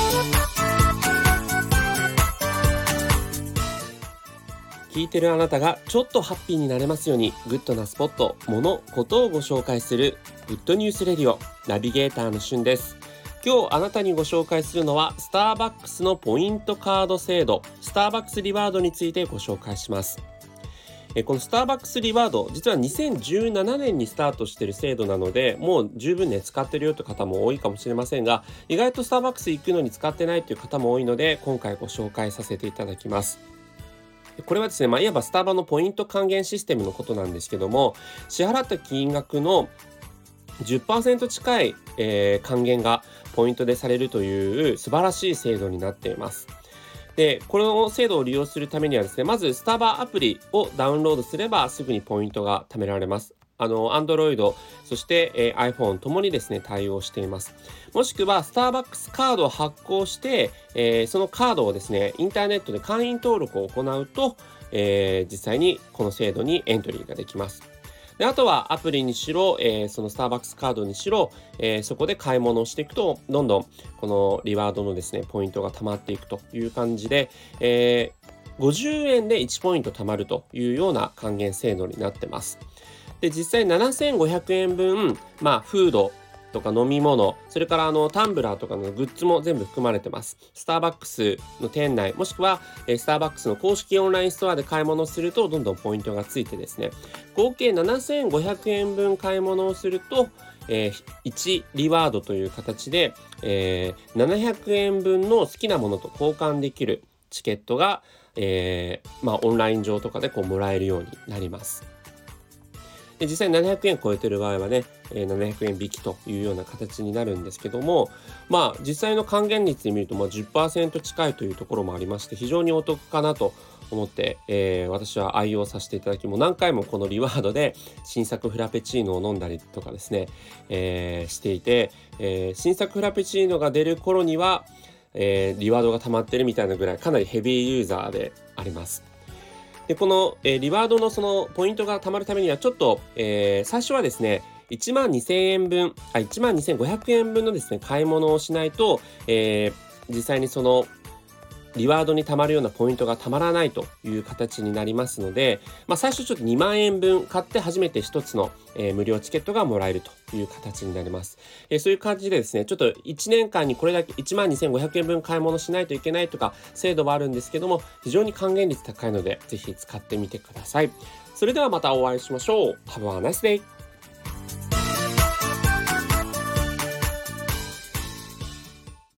聞いてるあなたがちょっとハッピーになれますように、グッドなスポット、物、ことをご紹介するグッドニュースレディオ、ナビゲーターのしゅんです。今日あなたにご紹介するのはスターバックスのポイントカード制度、スターバックスリワードについてご紹介します。このスターバックスリワード、実は2017年にスタートしている制度なので、もう十分ね使ってるよという方も多いかもしれませんが、意外とスターバックス行くのに使ってないという方も多いので、今回ご紹介させていただきます。これはですね、いわばスタバのポイント還元システムのことなんですけども、支払った金額の 10% 近い、還元がポイントでされるという素晴らしい制度になっています。で、この制度を利用するためにはですね、まずスタバアプリをダウンロードすればすぐにポイントが貯められます。Android、そして、iPhone ともにですね、対応しています。もしくは、スターバックスカードを発行して、そのカードをですね、インターネットで会員登録を行うと、実際にこの制度にエントリーができます。で、あとはアプリにしろ、そのスターバックスカードにしろ、そこで買い物をしていくと、どんどんこのリワードのですね、ポイントが貯まっていくという感じで、50円で1ポイント貯まるというような還元制度になってます。で、実際7500円分、フードとか飲み物、それからタンブラーとかのグッズも全部含まれてます。スターバックスの店内、もしくはスターバックスの公式オンラインストアで買い物すると、どんどんポイントがついてですね、合計7500円分買い物をすると、1リワードという形で、700円分の好きなものと交換できるチケットが、オンライン上とかでもらえるようになります。で、実際700円超えてる場合はね、700円引きというような形になるんですけども、実際の還元率で見ると10% 近いというところもありまして、非常にお得かなと思って、私は愛用させていただき、もう何回もこのリワードで新作フラペチーノを飲んだりとかですね、していて、新作フラペチーノが出る頃には、リワードが溜まってるみたいなぐらいかなりヘビーユーザーであります。で、この、リワードのそのポイントが貯まるためにはちょっと、最初はですね、12500円分のですね、買い物をしないと、実際にそのリワードに貯まるようなポイントが貯まらないという形になりますので、最初ちょっと2万円分買って初めて1つの、無料チケットがもらえるという形になります。そういう感じでですね、ちょっと1年間にこれだけ12500円分買い物しないといけないとか制度はあるんですけども、非常に還元率高いのでぜひ使ってみてください。それではまたお会いしましょう。Have a nice day!